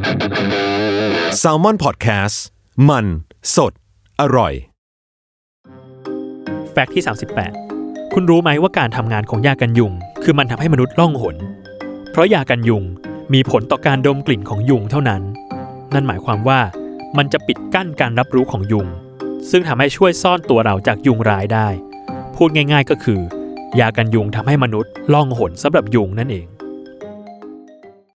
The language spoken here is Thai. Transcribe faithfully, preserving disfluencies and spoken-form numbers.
Salmon Podcast มันสดอร่อยแฟกต์ที่สามสิบแปดคุณรู้ไหมว่าการทำงานของยากันยุงคือมันทำให้มนุษย์ล่องหนเพราะยากันยุงมีผลต่อการดมกลิ่นของยุงเท่านั้นนั่นหมายความว่ามันจะปิดกั้นการรับรู้ของยุงซึ่งทำให้ช่วยซ่อนตัวเราจากยุงร้ายได้พูดง่ายๆก็คือยากันยุงทำให้มนุษย์ล่องหนสำหรับยุงนั่นเอง